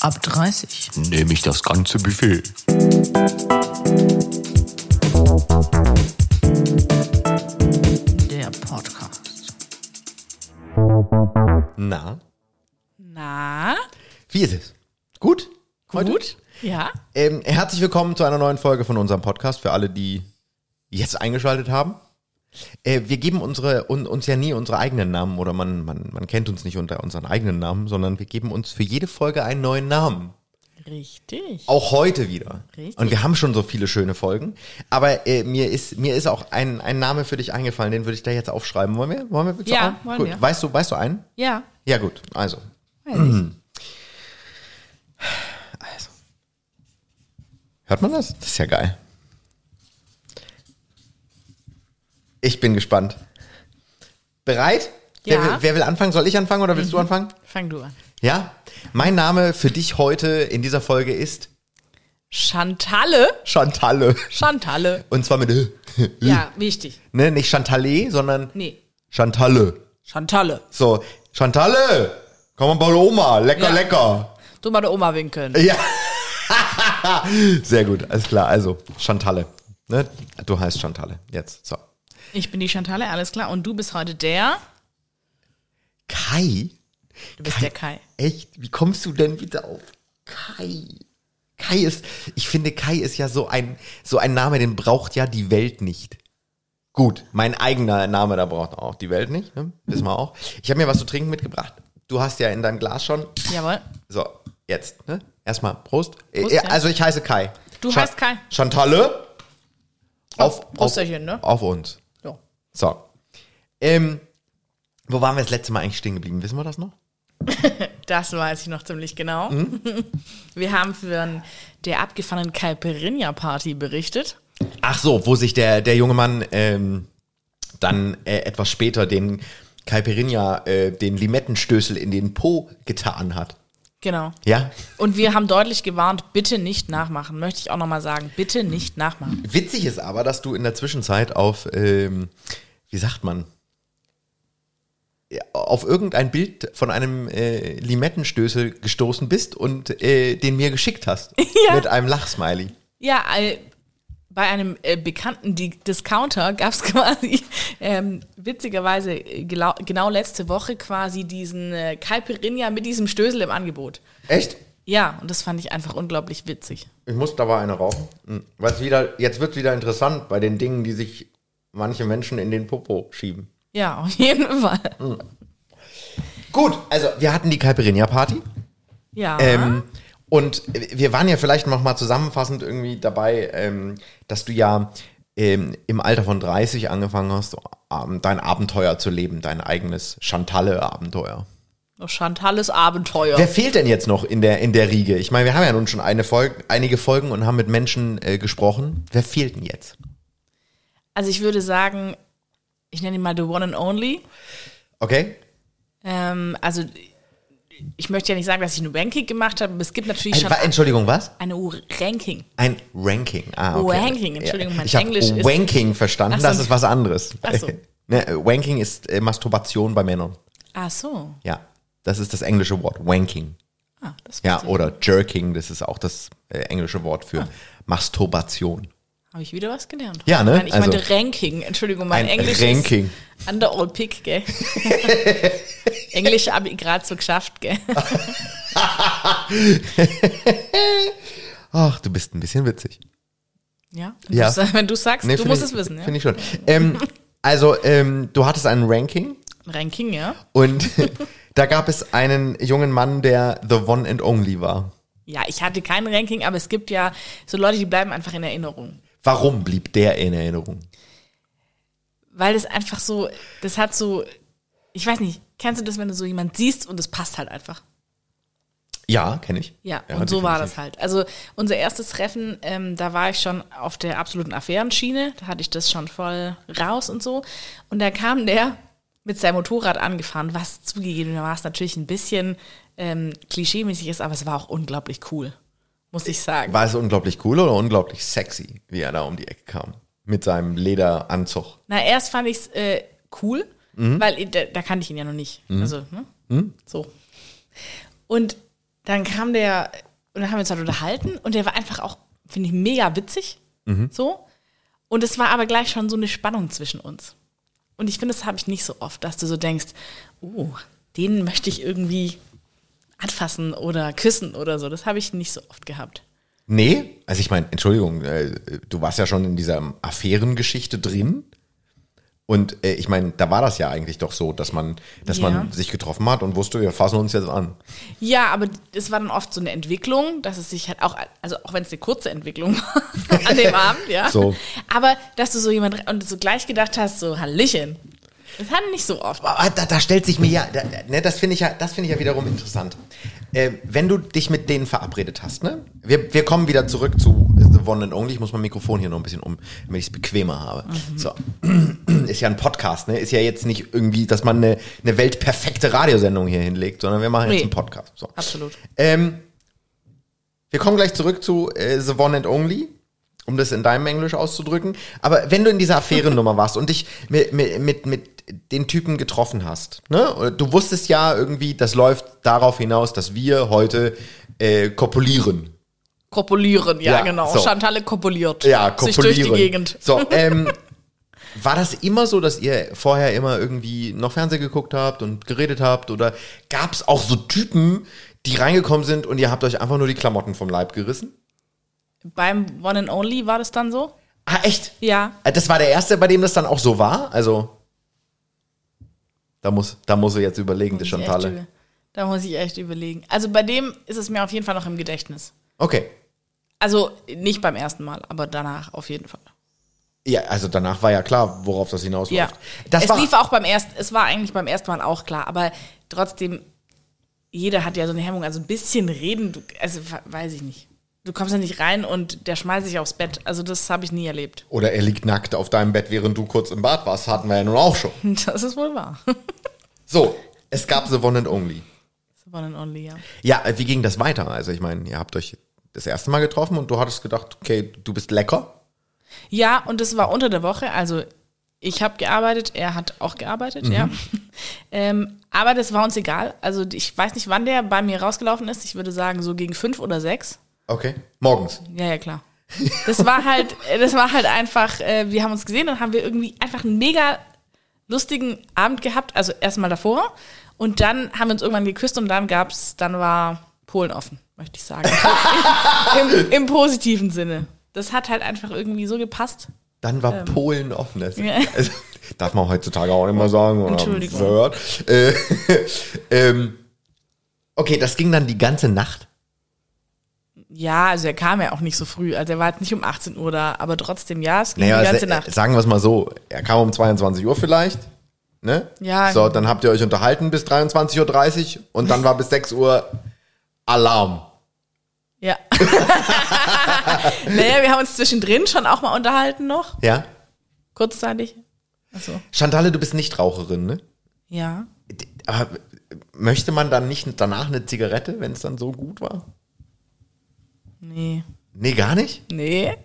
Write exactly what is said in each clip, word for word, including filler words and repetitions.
Ab dreißig nehme ich das ganze Buffet. Der Podcast. Na, Na, wie ist es? Gut? Heute? gut? Ja. Ähm, herzlich willkommen zu einer neuen Folge von unserem Podcast für alle, die jetzt eingeschaltet haben. Äh, wir geben unsere, un, uns ja nie unsere eigenen Namen oder man, man, man kennt uns nicht unter unseren eigenen Namen, sondern wir geben uns für jede Folge einen neuen Namen. Richtig. Auch heute wieder. Richtig. Und wir haben schon so viele schöne Folgen. Aber äh, mir ist mir ist auch ein, ein Name für dich eingefallen, den würde ich da jetzt aufschreiben. Wollen wir? Wollen wir bitte Ja, auch? wollen gut. wir. Weißt du, weißt du einen? Ja. Ja, gut. Also. Weiß ich. Also. Hört man das? Das ist ja geil. Ich bin gespannt. Bereit? Ja. Wer, will- wer will anfangen? Soll ich anfangen oder willst du anfangen? Fang du an. Ja? Mein Name für dich heute in dieser Folge ist Chantalle. Chantalle. Chantalle. Und zwar mit Ö. Ja, wichtig. Ne, nicht Chantalle, sondern Nee. Chantalle. Chantalle. So, Chantalle, komm mal bei der Oma, lecker, Ja. lecker. Du mal der Oma winken. Ja. Sehr gut, alles klar. Also, Chantalle. Ne? Du heißt Chantalle. Jetzt, so. Ich bin die Chantalle, alles klar. Und du bist heute der? Kai? Du bist der Kai. Echt? Wie kommst du denn bitte auf Kai? Kai ist, ich finde, Kai ist ja so ein, so ein Name, den braucht ja die Welt nicht. Gut, mein eigener Name, da braucht auch die Welt nicht, ne? Wissen wir auch. Ich habe mir was zu trinken mitgebracht. Du hast ja in deinem Glas schon. Jawohl. So, jetzt, ne? Erstmal Prost. Prost, Äh, ja. Also ich heiße Kai. Du Cha- heißt Kai. Chantalle. Auf, auf, Prösterchen, ne? auf uns. Ja. So. Ähm, wo waren wir das letzte Mal eigentlich stehen geblieben? Wissen wir das noch? Das weiß ich noch ziemlich genau. Mhm. Wir haben für der abgefahrenen Caipirinha-Party berichtet. Ach so, wo sich der, der junge Mann ähm, dann äh, etwas später den Caipirinha, äh, den Limettenstößel in den Po getan hat. Genau. Ja? Und wir haben deutlich gewarnt, bitte nicht nachmachen. Möchte ich auch nochmal sagen. Bitte nicht nachmachen. Witzig ist aber, dass du in der Zwischenzeit auf, ähm, wie sagt man, ja, auf irgendein Bild von einem äh, Limettenstößel gestoßen bist und äh, den mir geschickt hast. Ja. Mit einem Lachsmiley. Ja, äh, bei einem äh, bekannten Di- Discounter gab es quasi ähm, witzigerweise äh, gelau- genau letzte Woche quasi diesen äh, Caipirinha mit diesem Stößel im Angebot. Echt? Ja, und das fand ich einfach unglaublich witzig. Ich muss dabei eine rauchen. Hm. Weil's wieder, jetzt wird wieder interessant bei den Dingen, die sich manche Menschen in den Popo schieben. Ja, auf jeden Fall. Gut, also wir hatten die Caipirinha-Party. Ja. Ähm, und wir waren ja vielleicht noch mal zusammenfassend irgendwie dabei, ähm, dass du ja ähm, im Alter von dreißig angefangen hast, ähm, dein Abenteuer zu leben, dein eigenes Chantalle-Abenteuer. Chantalles Abenteuer. Wer fehlt denn jetzt noch in der, in der Riege? Ich meine, wir haben ja nun schon eine Folge, einige Folgen und haben mit Menschen äh, gesprochen. Wer fehlt denn jetzt? Also ich würde sagen, ich nenne ihn mal the one and only. Okay? Ähm, also ich möchte ja nicht sagen, dass ich ein Ranking gemacht habe, aber es gibt natürlich Ein, schon wa- Entschuldigung, was? eine U- Ranking. Ein Ranking. Ah, okay. Ranking, Entschuldigung, mein ich habe Englisch ist- Wanking verstanden, Ach so. das ist was anderes. Ach so. Ne, Wanking ist äh, Masturbation bei Männern. Ach so. Ja, das ist das englische Wort, Wanking. Ah, das Ja, wusste ich. oder Jerking, das ist auch das äh, englische Wort für Masturbation. Habe ich wieder was gelernt. Ja, ne? Ich, meine, ich Also- meinte Ranking. Entschuldigung, mein Ein Englisch Ranking. ist under all pick, gell? Englisch habe ich gerade so geschafft, gell? Ach, du bist ein bisschen witzig. Ja, wenn, Ja. du's- wenn du sagst, Nee, du find musst ich, es wissen, ja? Finde ich schon. Ähm, also, ähm, du hattest einen Ranking Ranking, ja? und da gab es einen jungen Mann, der the one and only war. Ja, ich hatte kein Ranking, aber es gibt ja so Leute, die bleiben einfach in Erinnerung. Warum blieb der in Erinnerung? Weil das einfach so, das hat so, ich weiß nicht, kennst du das, wenn du so jemand siehst und es passt halt einfach? Ja, kenne ich. Ja, und so war das definitiv. halt. Also unser erstes Treffen, ähm, da war ich schon auf der absoluten Affärenschiene, da hatte ich das schon voll raus und so. Und da kam der mit seinem Motorrad angefahren, was zugegebenermaßen natürlich ein bisschen ähm, klischeemäßig ist, aber es war auch unglaublich cool, muss ich sagen. War es unglaublich cool oder unglaublich sexy, wie er da um die Ecke kam? Mit seinem Lederanzug. Na, erst fand ich es äh, cool, weil da, da kannte ich ihn ja noch nicht. Also, ne? So. Und dann kam der, und dann haben wir uns halt unterhalten und der war einfach auch, finde ich, mega witzig. Mhm. So. Und es war aber gleich schon so eine Spannung zwischen uns. Und ich finde, das habe ich nicht so oft, dass du so denkst, oh, den möchte ich irgendwie anfassen oder küssen oder so. Das habe ich nicht so oft gehabt. Nee, also ich meine, Entschuldigung, äh, du warst ja schon in dieser Affärengeschichte drin. Und äh, ich meine, da war das ja eigentlich doch so, dass man, dass Ja. man sich getroffen hat und wusste, wir fassen uns jetzt an. Ja, aber es war dann oft so eine Entwicklung, dass es sich halt auch, also auch wenn es eine kurze Entwicklung war an dem Abend, ja. So. Aber dass du so jemand und so gleich gedacht hast, so Hallöchen. Das hatten nicht so oft. Aber da, da stellt sich mir ja, da, ne, das finde ich ja, das finde ich ja wiederum interessant. Äh, wenn du dich mit denen verabredet hast, ne? Wir, wir kommen wieder zurück zu The One and Only. Ich muss mein Mikrofon hier noch ein bisschen um, damit ich es bequemer habe. Mhm. So. Ist ja ein Podcast, ne? Ist ja jetzt nicht irgendwie, dass man eine, eine weltperfekte Radiosendung hier hinlegt, sondern wir machen jetzt Nee. einen Podcast. So. Absolut. Ähm, wir kommen gleich zurück zu äh, The One and Only, um das in deinem Englisch auszudrücken. Aber wenn du in dieser Affärennummer warst und dich mit, mit, mit, mit den Typen getroffen hast, ne? Du wusstest ja irgendwie, das läuft darauf hinaus, dass wir heute äh, kopulieren. Kopulieren, ja, Ja, genau. so. Chantalle kopuliert. Ja, Sich kopulieren. durch die Gegend. So, ähm, war das immer so, dass ihr vorher immer irgendwie noch Fernsehen geguckt habt und geredet habt? Oder gab es auch so Typen, die reingekommen sind und ihr habt euch einfach nur die Klamotten vom Leib gerissen? Beim One and Only war das dann so? Ah, echt? Ja. Äh, Das war der erste, bei dem das dann auch so war? Also, da muss, da muss er jetzt überlegen, das Muss ich echt Chantalle. über- Da muss ich echt überlegen. Also bei dem ist es mir auf jeden Fall noch im Gedächtnis. Okay. Also nicht beim ersten Mal, aber danach auf jeden Fall. Ja, also danach war ja klar, worauf das hinausläuft. Ja. Das es war, lief auch beim ersten, es war eigentlich beim ersten Mal auch klar, aber trotzdem, jeder hat ja so eine Hemmung, also ein bisschen reden, du, also weiß ich nicht. Du kommst ja nicht rein und der schmeißt sich aufs Bett. Also das habe ich nie erlebt. oder er liegt nackt auf deinem Bett, während du kurz im Bad warst. Hatten wir ja nun auch schon. Das ist wohl wahr. So, es gab The One and Only. Das war dann only, ja. Ja, äh, wie ging das weiter? Also ich meine, ihr habt euch das erste Mal getroffen und du hattest gedacht, okay, du bist lecker. Ja, und das war unter der Woche. Also ich habe gearbeitet, er hat auch gearbeitet, ja. Ähm, aber das war uns egal. Also ich weiß nicht, wann der bei mir rausgelaufen ist. Ich würde sagen, so gegen fünf oder sechs. Okay, morgens. Ja, ja, klar. Das war halt, das war halt einfach, äh, wir haben uns gesehen und haben wir irgendwie einfach einen mega lustigen Abend gehabt. Also erstmal davor. Und dann haben wir uns irgendwann geküsst und dann gab's, dann war Polen offen, möchte ich sagen. Im, Im positiven Sinne. Das hat halt einfach irgendwie so gepasst. Dann war Polen offen. Das, Ja. also, darf man heutzutage auch nicht mehr sagen. Oder Entschuldigung. Word. Äh, ähm, okay, das ging dann die ganze Nacht. Ja, also er kam ja auch nicht so früh. Also er war jetzt nicht um achtzehn Uhr da, aber trotzdem, ja, es ging Naja, die ganze se- Nacht. sagen wir es mal so, er kam um zweiundzwanzig Uhr vielleicht, ne? Ja. So, dann habt ihr euch unterhalten bis dreiundzwanzig Uhr dreißig und dann war bis sechs Uhr Alarm. Ja. Naja, wir haben uns zwischendrin schon auch mal unterhalten noch. Ja? Kurzzeitig. Achso. Chantalle, du bist Nichtraucherin, ne? Ja. Aber möchte man dann nicht danach eine Zigarette, wenn es dann so gut war? Nee. Nee, gar nicht? Nee.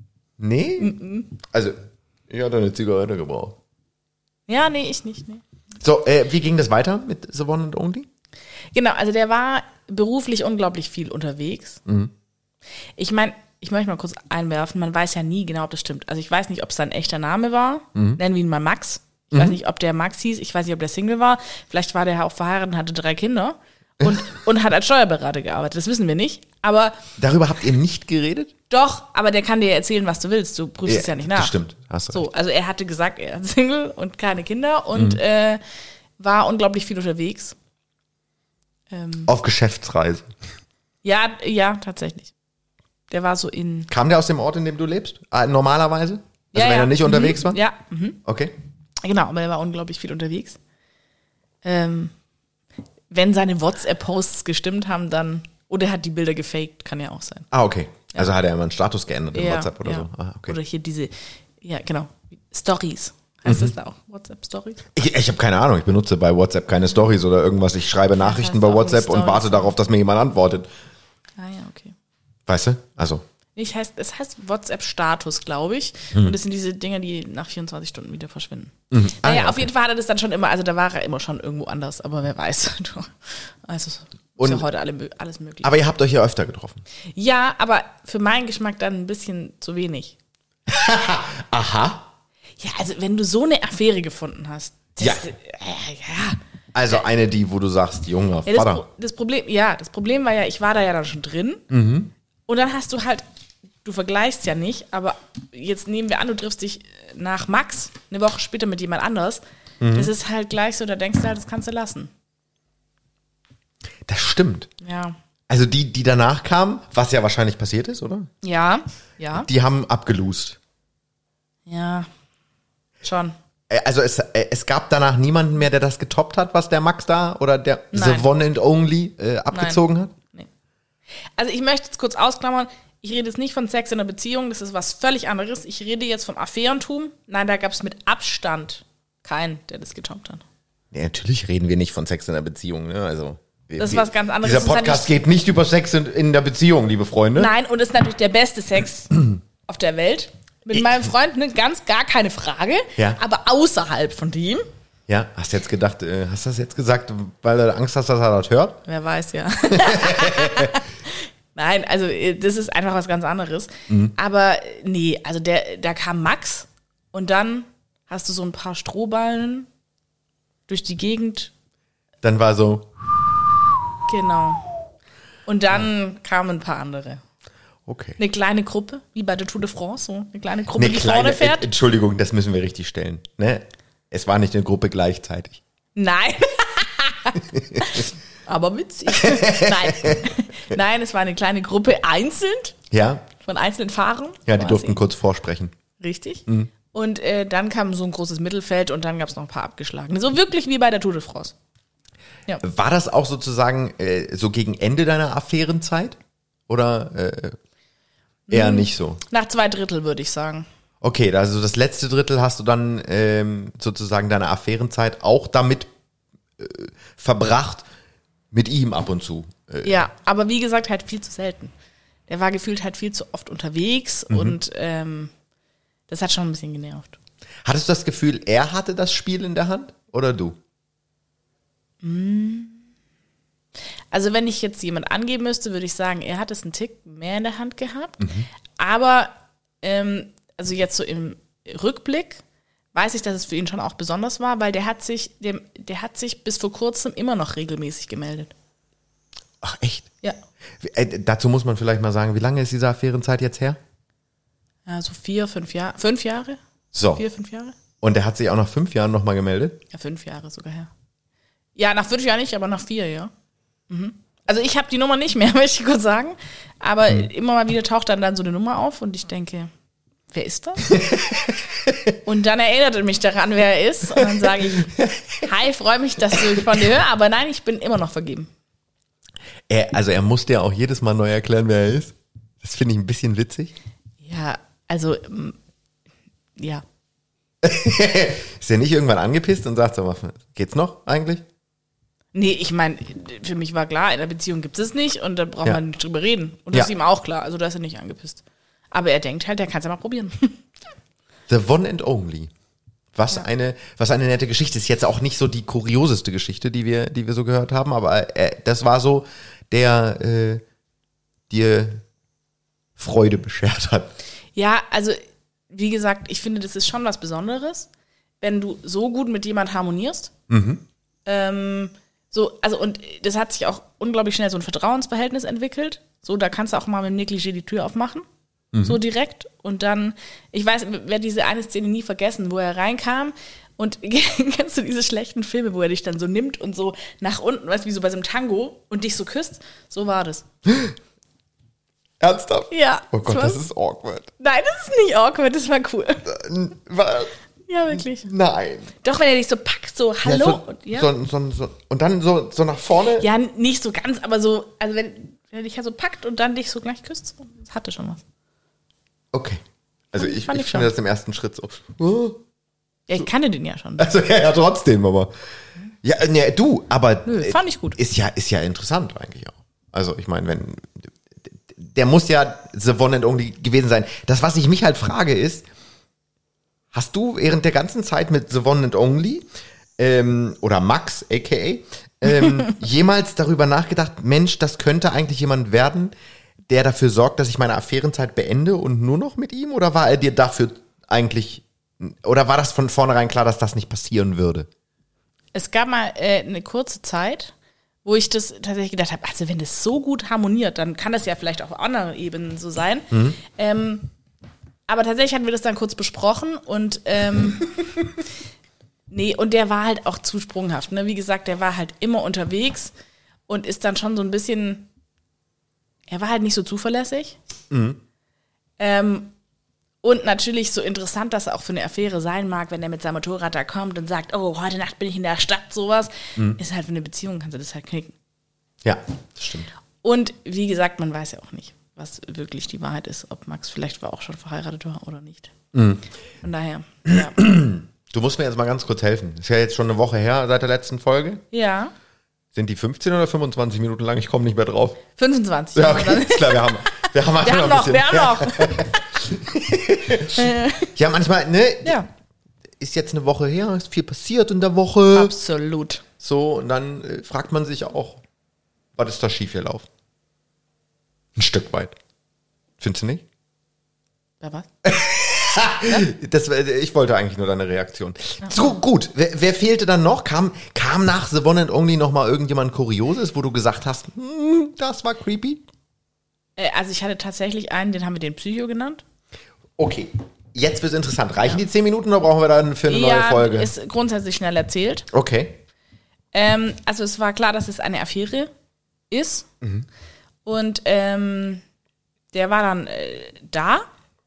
Nee? Also, ich hatte eine Zigarette gebraucht. Ja, nee, ich nicht. Nee. So, äh, wie ging das weiter mit The One and Only? Genau, also der war beruflich unglaublich viel unterwegs. Ich meine, ich möchte mal kurz einwerfen, man weiß ja nie genau, ob das stimmt. Also ich weiß nicht, ob es sein echter Name war. Nennen wir ihn mal Max. Ich weiß nicht, ob der Max hieß. Ich weiß nicht, ob der Single war. Vielleicht war der auch verheiratet und hatte drei Kinder. Und, und hat als Steuerberater gearbeitet. Das wissen wir nicht. Aber Darüber habt ihr nicht geredet? doch, aber der kann dir erzählen, was du willst. Du prüfst es ja nicht nach. Das stimmt, hast du So, recht. also er hatte gesagt, er ist Single und keine Kinder und äh, war unglaublich viel unterwegs. Ähm, Auf Geschäftsreise. ja, ja, tatsächlich. Der war so in. Kam der aus dem Ort, in dem du lebst? Ah, normalerweise? Also ja, wenn ja. er nicht mhm. unterwegs war? Ja, mhm. Okay. Genau, aber er war unglaublich viel unterwegs. Ähm, wenn seine WhatsApp-Posts gestimmt haben, dann. Oder er hat die Bilder gefaked, kann ja auch sein. Ah, okay. Also hat er immer einen Status geändert in Ja, WhatsApp oder ja. so. Ah, okay. Oder hier diese, ja, genau, Stories. Heißt das da auch? WhatsApp-Stories? Ich, ich habe keine Ahnung, ich benutze bei WhatsApp keine Stories oder irgendwas. Ich schreibe Nachrichten heißt bei auch WhatsApp und Stories. warte darauf, dass mir jemand antwortet. Ah ja, okay. Weißt du? Also, Ich heißt, es heißt WhatsApp-Status, glaube ich. Hm. Und das sind diese Dinger, die nach vierundzwanzig Stunden wieder verschwinden. Ah, Naja, ja, auf okay. jeden Fall hat er das dann schon immer, also da war er immer schon irgendwo anders, aber wer weiß. Du, also, Ist Und, ja heute alle, mö- alles möglich. aber ihr habt euch ja öfter getroffen. Ja, aber für meinen Geschmack dann ein bisschen zu wenig. Aha. Ja, also wenn du so eine Affäre gefunden hast. Das, Ja. Äh, ja. Also eine, die, wo du sagst, junger ja das, Pro- Vater. das Problem, ja, das Problem war ja, ich war da ja dann schon drin. Und dann hast du halt, du vergleichst ja nicht, aber jetzt nehmen wir an, du triffst dich nach Max eine Woche später mit jemand anders. Das ist halt gleich so, da denkst du halt, das kannst du lassen. Das stimmt. Ja. Also die, die danach kamen, was ja wahrscheinlich passiert ist, oder? Ja, ja, Die haben abgelust. ja. Schon. Äh, Also es, äh, es gab danach niemanden mehr, der das getoppt hat, was der Max da oder der Nein. The One and Only äh, abgezogen hat? Nee. Also ich möchte jetzt kurz ausklammern, ich rede jetzt nicht von Sex in einer Beziehung, das ist was völlig anderes. Ich rede jetzt vom Affärentum. Nein, da gab es mit Abstand keinen, der das getoppt hat. Nee, natürlich reden wir nicht von Sex in der Beziehung. Ne? Also, wir, Das ist wir- was ganz anderes. Dieser Das ist ja Podcast nicht- geht nicht über Sex in, in der Beziehung, liebe Freunde. Nein, und es ist natürlich der beste Sex auf der Welt. Mit meinem Freund, ne, ganz gar keine Frage. Ja. Aber außerhalb von dem, Ja, hast jetzt gedacht, äh, hast du das jetzt gesagt, weil du Angst hast, dass er das hört? wer weiß ja. Nein, also äh, das ist einfach was ganz anderes. Aber äh, nee, also der, da kam Max und dann hast du so ein paar Strohballen durch die Gegend. Dann war so, Genau. Und dann kamen ein paar andere. okay. Eine kleine Gruppe, wie bei der Tour de France, so eine kleine Gruppe, Eine die kleine, vorne äh, fährt. Entschuldigung, das müssen wir richtig stellen. Ne? Es war nicht eine Gruppe gleichzeitig. Nein. Aber witzig. Nein. Nein, es war eine kleine Gruppe einzeln, Ja? von einzelnen Fahrern. Ja, die quasi. durften kurz vorsprechen. Richtig. Und äh, dann kam so ein großes Mittelfeld und dann gab es noch ein paar abgeschlagene. So wirklich wie bei der Tour de France. Ja. War das auch sozusagen äh, so gegen Ende deiner Affärenzeit? Oder äh, eher Hm. nicht so? Nach zwei Drittel würde ich sagen. Okay, also das letzte Drittel hast du dann ähm, sozusagen deine Affärenzeit auch damit äh, verbracht, mit ihm ab und zu. Äh, Ja, aber wie gesagt, halt viel zu selten. Der war gefühlt halt viel zu oft unterwegs und ähm, das hat schon ein bisschen genervt. Hattest du das Gefühl, er hatte das Spiel in der Hand oder du? Also wenn ich jetzt jemand angeben müsste, würde ich sagen, er hat es einen Tick mehr in der Hand gehabt. Aber ähm, also jetzt so im Rückblick weiß ich, dass es für ihn schon auch besonders war, weil der hat sich, dem, der hat sich bis vor kurzem immer noch regelmäßig gemeldet. Ach echt? Ja. Äh, dazu muss man vielleicht mal sagen, wie lange ist diese Affärenzeit jetzt her? Ja, so vier, fünf Jahre. Fünf Jahre? So. Vier, fünf Jahre? Und er hat sich auch nach fünf Jahren nochmal gemeldet? Ja, fünf Jahre sogar her. Ja, nach fünf Jahren nicht, aber nach vier, ja. Mhm. Also ich habe die Nummer nicht mehr, möchte ich kurz sagen. Aber immer mal wieder taucht dann, dann so eine Nummer auf und ich denke, wer ist das? Und dann erinnert er mich daran, wer er ist. Und dann sage ich, hi, freue mich, dass du von dir hörst. Aber nein, ich bin immer noch vergeben. Er, also er musste ja auch jedes Mal neu erklären, wer er ist. Das finde ich ein bisschen witzig. Ja, also, ähm, ja. Ist er nicht irgendwann angepisst und sagt so, was, geht's noch eigentlich? Nee, ich meine, für mich war klar, in der Beziehung gibt es nicht und da braucht Ja. man nicht drüber reden. Und das Ja. ist ihm auch klar, also da ist er nicht angepisst. Aber er denkt halt, der kann es ja mal probieren. The One and Only. Was eine, was eine nette Geschichte. Ist jetzt auch nicht so die kurioseste Geschichte, die wir, die wir so gehört haben, aber äh, das war so, der äh, dir Freude beschert hat. Ja, also, wie gesagt, ich finde, das ist schon was Besonderes, wenn du so gut mit jemand harmonierst. Ähm, so, also, und das hat sich auch unglaublich schnell so ein Vertrauensverhältnis entwickelt. So, da kannst du auch mal mit dem Negligé die Tür aufmachen. So direkt. Und dann, ich weiß, werde diese eine Szene nie vergessen, wo er reinkam und kennst du diese schlechten Filme, wo er dich dann so nimmt und so nach unten, weißt du, wie so bei so einem Tango und dich so küsst? So war das. Ernsthaft? Ja. Oh Gott, war- das ist awkward. Nein, das ist nicht awkward, das war cool. Was? Ja, wirklich. Nein. Doch, wenn er dich so packt, so hallo. Ja, so, und, ja. So, so, so, und dann so, so nach vorne. ja, nicht so ganz, aber so, also wenn, wenn er dich ja so packt und dann dich so gleich küsst, so, das hatte schon was. Okay. Also ich, Fand ich ich finde schon. das im ersten Schritt so. Oh. Ja, ich kannte den ja schon. Also ja, ja, trotzdem, aber. Ja, ne, du, aber. Nö, äh, fand ich gut. Ist ja, ist ja interessant eigentlich auch. Also ich meine, wenn. Der muss ja The One and Only gewesen sein. Das, was ich mich halt frage, ist, hast du während der ganzen Zeit mit The One and Only ähm, oder Max, aka, ähm, jemals darüber nachgedacht, Mensch, das könnte eigentlich jemand werden, der dafür sorgt, dass ich meine Affärenzeit beende und nur noch mit ihm? Oder war er dir dafür eigentlich, oder war das von vornherein klar, dass das nicht passieren würde? Es gab mal äh, eine kurze Zeit, wo ich das tatsächlich gedacht habe, also wenn das so gut harmoniert, dann kann das ja vielleicht auch auf anderen Ebenen so sein. Mhm. Ähm, aber tatsächlich hatten wir das dann kurz besprochen und ähm, nee, und der war halt auch zu sprunghaft. Ne? Wie gesagt, der war halt immer unterwegs und ist dann schon so ein bisschen, er war halt nicht so zuverlässig. Mhm. Ähm, Und natürlich so interessant, dass er auch für eine Affäre sein mag, wenn er mit seinem Motorrad da kommt und sagt, oh, heute Nacht bin ich in der Stadt, sowas. Mhm. Ist halt für eine Beziehung, kannst du das halt knicken. Ja, das stimmt. Und wie gesagt, man weiß ja auch nicht, was wirklich die Wahrheit ist, ob Max vielleicht war auch schon verheiratet war oder nicht. Mhm. Von daher, ja. Du musst mir jetzt mal ganz kurz helfen. Ist ja jetzt schon eine Woche her seit der letzten Folge. Ja. Sind die fünfzehn oder fünfundzwanzig Minuten lang? Ich komme nicht mehr drauf. fünfundzwanzig. Ja, okay, ist klar, wir haben, wir haben, wir haben noch, wir haben noch. Ja, manchmal, ne? Ja. Ist jetzt eine Woche her, ist viel passiert in der Woche. Absolut. So, und dann äh, fragt man sich auch, was ist da schief gelaufen? Ein Stück weit. Findest du nicht? Ja, was? Das, ich wollte eigentlich nur deine Reaktion. So, gut. Wer, wer fehlte dann noch? Kam, kam nach The One and Only noch mal irgendjemand Kurioses, wo du gesagt hast, hm, das war creepy? Äh, also ich hatte tatsächlich einen, den haben wir den Psycho genannt. Okay, jetzt wird's interessant. Reichen ja. die zehn Minuten oder brauchen wir dann für eine ja, neue Folge? Ja, ist grundsätzlich schnell erzählt. Okay. Ähm, also es war klar, dass es eine Affäre ist. Mhm. Und ähm, der war dann äh, da.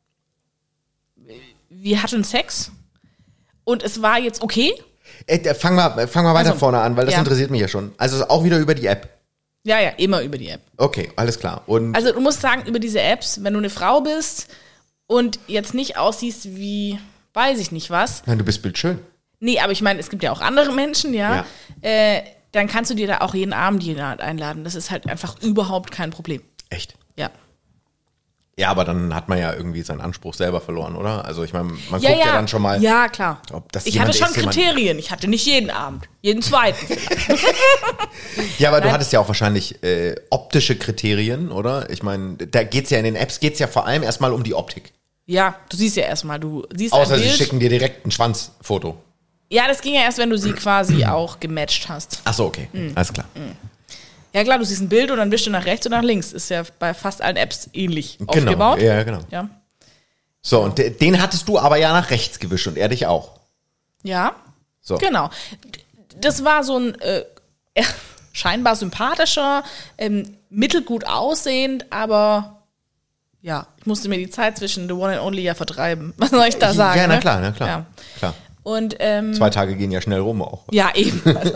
Wir hatten Sex. Und es war jetzt okay. Äh, fang mal, fang mal weiter also, vorne an, weil das ja. interessiert mich ja schon. Also auch wieder über die App. Ja, ja, immer über die App. Okay, alles klar. Und also du musst sagen, über diese Apps, wenn du eine Frau bist und jetzt nicht aussiehst wie, weiß ich nicht was. Nein, du bist bildschön. Nee, aber ich meine, es gibt ja auch andere Menschen, ja. ja. Äh, dann kannst du dir da auch jeden Abend jemand einladen. Das ist halt einfach überhaupt kein Problem. Echt? Ja. Ja, aber dann hat man ja irgendwie seinen Anspruch selber verloren, oder? Also ich meine, man ja, guckt ja. ja dann schon mal. Ja, klar. Ob das ich hatte schon ist, Kriterien. Ich hatte nicht jeden Abend. Jeden zweiten vielleicht. Ja, aber Nein. du hattest ja auch wahrscheinlich äh, optische Kriterien, oder? Ich meine, da geht's ja in den Apps geht's ja vor allem erstmal um die Optik. Ja, du siehst ja erstmal, du siehst Außer ein sie Bild. schicken dir direkt ein Schwanzfoto. Ja, das ging ja erst, wenn du sie quasi auch gematcht hast. Ach so, okay. Mhm. Alles klar. Mhm. Ja klar, du siehst ein Bild und dann wischst du nach rechts und nach links. Ist ja bei fast allen Apps ähnlich genau. aufgebaut. Ja, genau. Ja. So, und den hattest du aber ja nach rechts gewischt und er dich auch. Ja, so. Genau. Das war so ein äh, scheinbar sympathischer, ähm, mittelgut aussehend, aber ja, ich musste mir die Zeit zwischen The One and Only ja vertreiben. Was soll ich da sagen? Ja, na ne? klar, na klar. Ja. klar. Und, ähm, Zwei Tage gehen ja schnell rum auch. Ja, eben. Also.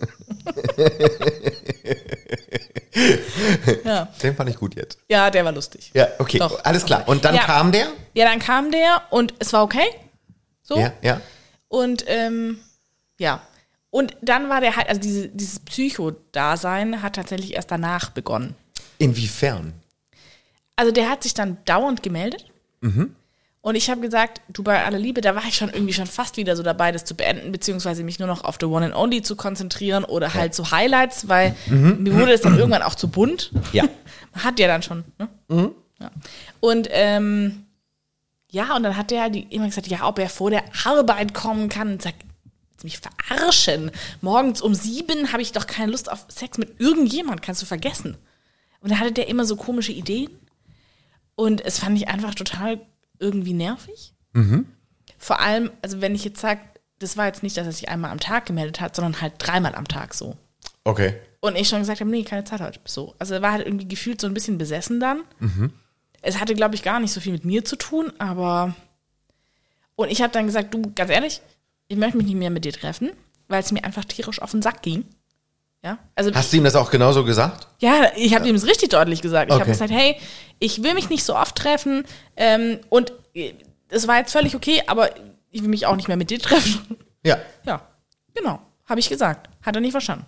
ja. Den fand ich gut jetzt. Ja, der war lustig. Ja, okay, Doch. alles klar. Und dann ja. kam der? Ja, dann kam der und es war okay. So. Ja, ja. Und, ähm, ja. Und dann war der halt, also diese, dieses Psycho-Dasein hat tatsächlich erst danach begonnen. Inwiefern? Also der hat sich dann dauernd gemeldet. Mhm. Und ich habe gesagt, du, bei aller Liebe, da war ich schon irgendwie schon fast wieder so dabei, das zu beenden, beziehungsweise mich nur noch auf The One and Only zu konzentrieren oder ja. halt so Highlights, weil mhm. mir wurde es dann irgendwann auch zu bunt. Ja. Man hat ja dann schon, ne? Mhm. Ja. Und, ähm, ja, und dann hat der die immer gesagt, ja, ob er vor der Arbeit kommen kann. Und sagt, mich verarschen. Morgens um sieben habe ich doch keine Lust auf Sex mit irgendjemand, kannst du vergessen. Und dann hatte der immer so komische Ideen. Und es fand ich einfach total irgendwie nervig. Mhm. Vor allem, also wenn ich jetzt sage, das war jetzt nicht, dass er sich einmal am Tag gemeldet hat, sondern halt dreimal am Tag so. Okay. Und ich schon gesagt habe, nee, keine Zeit heute. So. Also er war halt irgendwie gefühlt so ein bisschen besessen dann. Mhm. Es hatte, glaube ich, gar nicht so viel mit mir zu tun, aber und ich habe dann gesagt, du, ganz ehrlich, ich möchte mich nicht mehr mit dir treffen, weil es mir einfach tierisch auf den Sack ging. Ja? Also, hast du ihm das auch genauso gesagt? Ja, ich habe ja. ihm das richtig deutlich gesagt. Ich okay. habe gesagt, hey, ich will mich nicht so oft treffen ähm, und es war jetzt völlig okay, aber ich will mich auch nicht mehr mit dir treffen. Ja. Ja, genau, habe ich gesagt. Hat er nicht verstanden.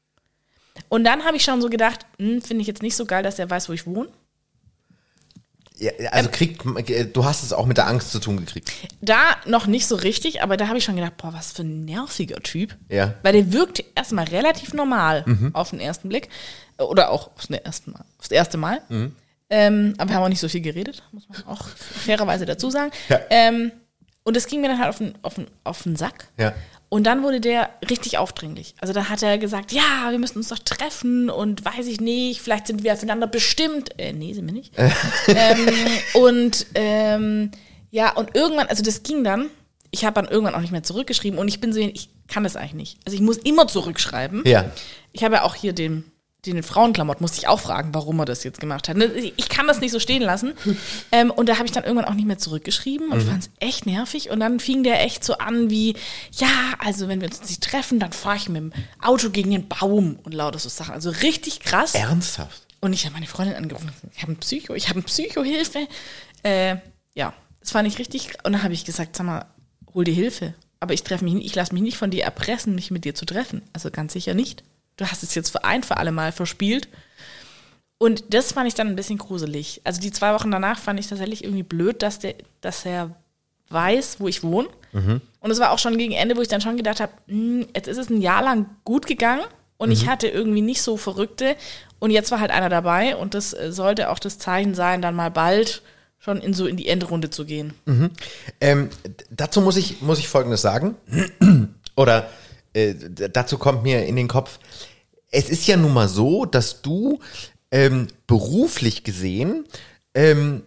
Und dann habe ich schon so gedacht, hm, finde ich jetzt nicht so geil, dass er weiß, wo ich wohne. Ja, also kriegt, du hast es auch mit der Angst zu tun gekriegt. Da noch nicht so richtig, aber da habe ich schon gedacht, boah, was für ein nerviger Typ. Ja. Weil der wirkt erstmal relativ normal Mhm. auf den ersten Blick. Oder auch aufs erste Mal. Aufs erste Mal. Mhm. Ähm, aber wir haben auch nicht so viel geredet, muss man auch fairerweise dazu sagen. Ja. Ähm, und es ging mir dann halt auf den, auf den, auf den Sack. Ja. Und dann wurde der richtig aufdringlich. Also da hat er gesagt, ja, wir müssen uns doch treffen und weiß ich nicht, vielleicht sind wir füreinander bestimmt. Äh, nee, sind wir nicht. ähm, und ähm, ja, und irgendwann, also das ging dann, ich habe dann irgendwann auch nicht mehr zurückgeschrieben und ich bin so, ich kann das eigentlich nicht. Also ich muss immer zurückschreiben. Ja. Ich habe ja auch hier den, den Frauenklamotten, musste ich auch fragen, warum er das jetzt gemacht hat. Ich kann das nicht so stehen lassen. ähm, und da habe ich dann irgendwann auch nicht mehr zurückgeschrieben und mhm. fand es echt nervig. Und dann fing der echt so an wie, ja, also wenn wir uns nicht treffen, dann fahre ich mit dem Auto gegen den Baum und lauter so Sachen. Also richtig krass. Ernsthaft? Und ich habe meine Freundin angerufen, ich habe ein Psycho, ich habe ein Psychohilfe. Äh, ja, das fand ich richtig. Und dann habe ich gesagt, sag mal, hol dir Hilfe. Aber ich treffe mich nicht, ich lasse mich nicht von dir erpressen, mich mit dir zu treffen. Also ganz sicher nicht. Du hast es jetzt für ein für alle Mal verspielt. Und das fand ich dann ein bisschen gruselig. Also die zwei Wochen danach fand ich tatsächlich irgendwie blöd, dass, der, dass er weiß, wo ich wohne. Mhm. Und es war auch schon gegen Ende, wo ich dann schon gedacht habe, mh, jetzt ist es ein Jahr lang gut gegangen und mhm. ich hatte irgendwie nicht so Verrückte. Und jetzt war halt einer dabei und das sollte auch das Zeichen sein, dann mal bald schon in so in die Endrunde zu gehen. Mhm. Ähm, dazu muss ich, muss ich Folgendes sagen. Oder Äh, dazu kommt mir in den Kopf, es ist ja nun mal so, dass du ähm, beruflich gesehen ähm,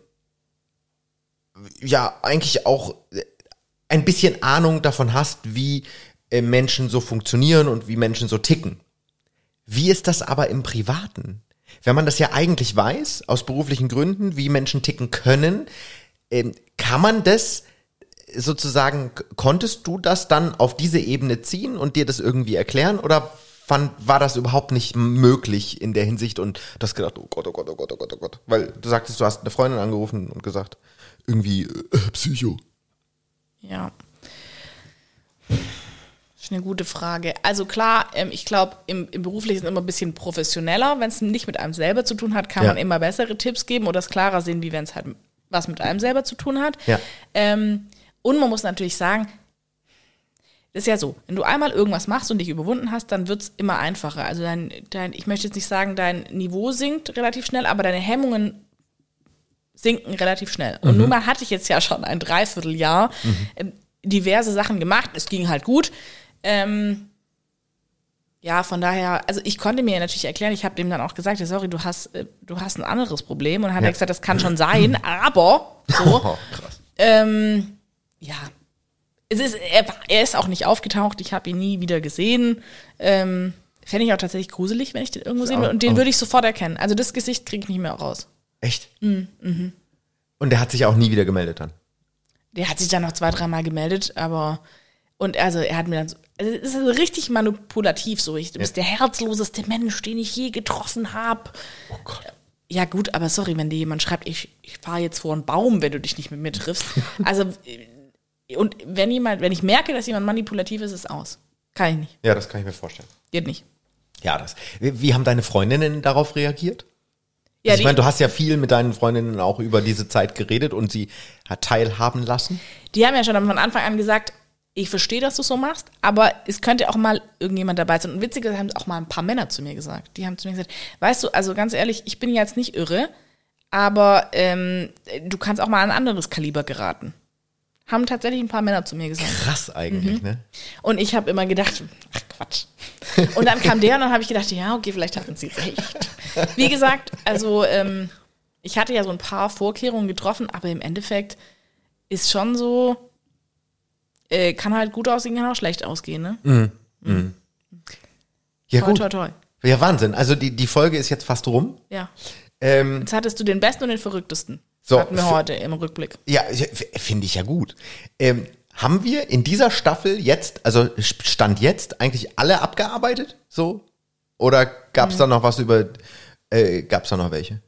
ja eigentlich auch ein bisschen Ahnung davon hast, wie äh, Menschen so funktionieren und wie Menschen so ticken. Wie ist das aber im Privaten? Wenn man das ja eigentlich weiß, aus beruflichen Gründen, wie Menschen ticken können, ähm, kann man das sozusagen, konntest du das dann auf diese Ebene ziehen und dir das irgendwie erklären oder fand, war das überhaupt nicht möglich in der Hinsicht und du hast gedacht, oh Gott, oh Gott, oh Gott, oh Gott, oh Gott, weil du sagtest, du hast eine Freundin angerufen und gesagt, irgendwie äh, Psycho. Ja. Das ist eine gute Frage. Also klar, ähm, ich glaube, im, im Beruflichen ist es immer ein bisschen professioneller, wenn es nicht mit einem selber zu tun hat, kann ja. man immer bessere Tipps geben oder es klarer sehen, wie wenn es halt was mit einem selber zu tun hat. Ja. Ähm, Und man muss natürlich sagen, das ist ja so, wenn du einmal irgendwas machst und dich überwunden hast, dann wird es immer einfacher. Also dein, dein, ich möchte jetzt nicht sagen, dein Niveau sinkt relativ schnell, aber deine Hemmungen sinken relativ schnell. Und mhm. nun mal hatte ich jetzt ja schon ein Dreivierteljahr mhm. äh, diverse Sachen gemacht. Es ging halt gut. Ähm, ja, von daher, also ich konnte mir natürlich erklären, ich habe dem dann auch gesagt, sorry, du hast, äh, du hast ein anderes Problem. Und dann hat ja. er gesagt, das kann schon sein, aber so. Oh, krass. Ähm, ja, es ist, er, er ist auch nicht aufgetaucht, ich habe ihn nie wieder gesehen. Ähm, Fände ich auch tatsächlich gruselig, wenn ich den irgendwo sehen würde. Und den würde ich sofort erkennen. Also das Gesicht kriege ich nicht mehr raus. Echt? Mhm. Mhm. Und der hat sich auch nie wieder gemeldet dann? Der hat sich dann noch zwei, dreimal gemeldet, aber und also er hat mir dann so, also es ist also richtig manipulativ so. Ich, du bist ja. der herzloseste Mensch, den ich je getroffen habe. Oh Gott. Ja gut, aber sorry, wenn dir jemand schreibt, ich, ich fahre jetzt vor einen Baum, wenn du dich nicht mit mir triffst. Also, und wenn jemand, wenn ich merke, dass jemand manipulativ ist, ist es aus. Kann ich nicht. Ja, das kann ich mir vorstellen. Geht nicht. Ja, das. Wie, wie haben deine Freundinnen darauf reagiert? Ja, also ich meine, du hast ja viel mit deinen Freundinnen auch über diese Zeit geredet und sie hat teilhaben lassen. Die haben ja schon von Anfang an gesagt, ich verstehe, dass du es so machst, aber es könnte auch mal irgendjemand dabei sein. Und witzigerweise haben auch mal ein paar Männer zu mir gesagt. Die haben zu mir gesagt, weißt du, also ganz ehrlich, ich bin jetzt nicht irre, aber ähm, du kannst auch mal an ein anderes Kaliber geraten. Haben tatsächlich ein paar Männer zu mir gesagt. Krass eigentlich, mhm. ne? Und ich habe immer gedacht, ach Quatsch. Und dann kam der und dann habe ich gedacht, ja, okay, vielleicht hatten sie recht. Wie gesagt, also ähm, ich hatte ja so ein paar Vorkehrungen getroffen, aber im Endeffekt ist schon so, äh, kann halt gut aussehen, kann auch schlecht ausgehen, ne? Mhm. Mhm. Ja, toi, gut. toi, toi. Ja, Wahnsinn. Also die, die Folge ist jetzt fast rum. Ja. Ähm, Jetzt hattest du den besten und den verrücktesten. So, hatten wir heute im Rückblick. Ja, finde ich ja gut. Ähm, haben wir in dieser Staffel jetzt, also Stand jetzt, eigentlich alle abgearbeitet? So? Oder gab es mhm. da noch was über, äh, gab es da noch welche?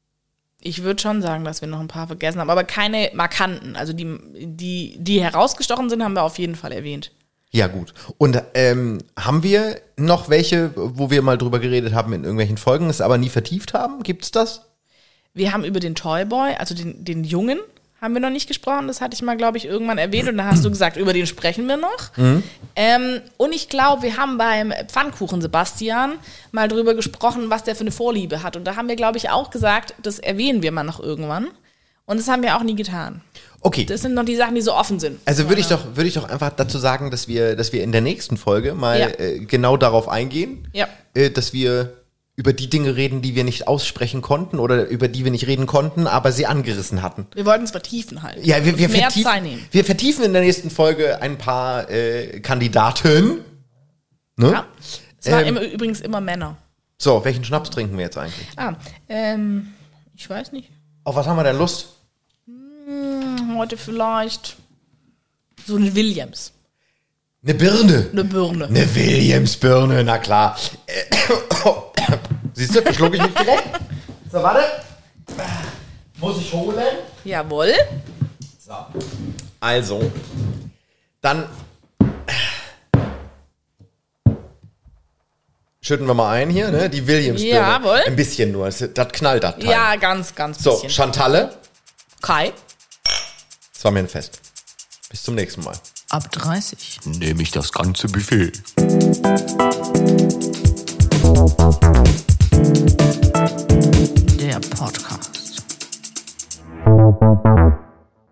Ich würde schon sagen, dass wir noch ein paar vergessen haben, aber keine markanten. Also die, die, die herausgestochen sind, haben wir auf jeden Fall erwähnt. Ja, gut. Und ähm, haben wir noch welche, wo wir mal drüber geredet haben in irgendwelchen Folgen, es aber nie vertieft haben? Gibt's das? Wir haben über den Toyboy, also den, den Jungen, haben wir noch nicht gesprochen. Das hatte ich mal, glaube ich, irgendwann erwähnt. Und dann hast du gesagt, über den sprechen wir noch. Mhm. Ähm, und ich glaube, wir haben beim Pfannkuchen Sebastian mal drüber gesprochen, was der für eine Vorliebe hat. Und da haben wir, glaube ich, auch gesagt, das erwähnen wir mal noch irgendwann. Und das haben wir auch nie getan. Okay. Das sind noch die Sachen, die so offen sind. Also würde ich doch, würde ich doch einfach dazu sagen, dass wir, dass wir in der nächsten Folge mal Ja. äh, genau darauf eingehen, Ja. äh, dass wir über die Dinge reden, die wir nicht aussprechen konnten oder über die wir nicht reden konnten, aber sie angerissen hatten. Wir wollten es vertiefen halt. Ja, wir, wir, Und mehr Zeit vertiefen, nehmen. wir vertiefen in der nächsten Folge ein paar äh, Kandidaten. Ne? Ja. Es waren Ähm. immer, übrigens immer Männer. So, welchen Schnaps trinken wir jetzt eigentlich? Ah, ähm, ich weiß nicht. Auf was haben wir denn Lust? Hm, heute vielleicht so eine Williams. Eine Birne. Eine Birne. Eine Williams-Birne, na klar. Äh, Siehst du, verschlucke ich mich direkt. So, warte. Muss ich holen? Jawohl. So. Also, dann schütten wir mal ein hier, ne? Die Williams-Birne. Jawohl. Ein bisschen nur. Das, das knallt das Teil. Ja, ganz, ganz So, bisschen. Chantalle. Kai. Das war mir ein Fest. Bis zum nächsten Mal. Ab dreißig. Nehme ich das ganze Buffet. Der Podcast.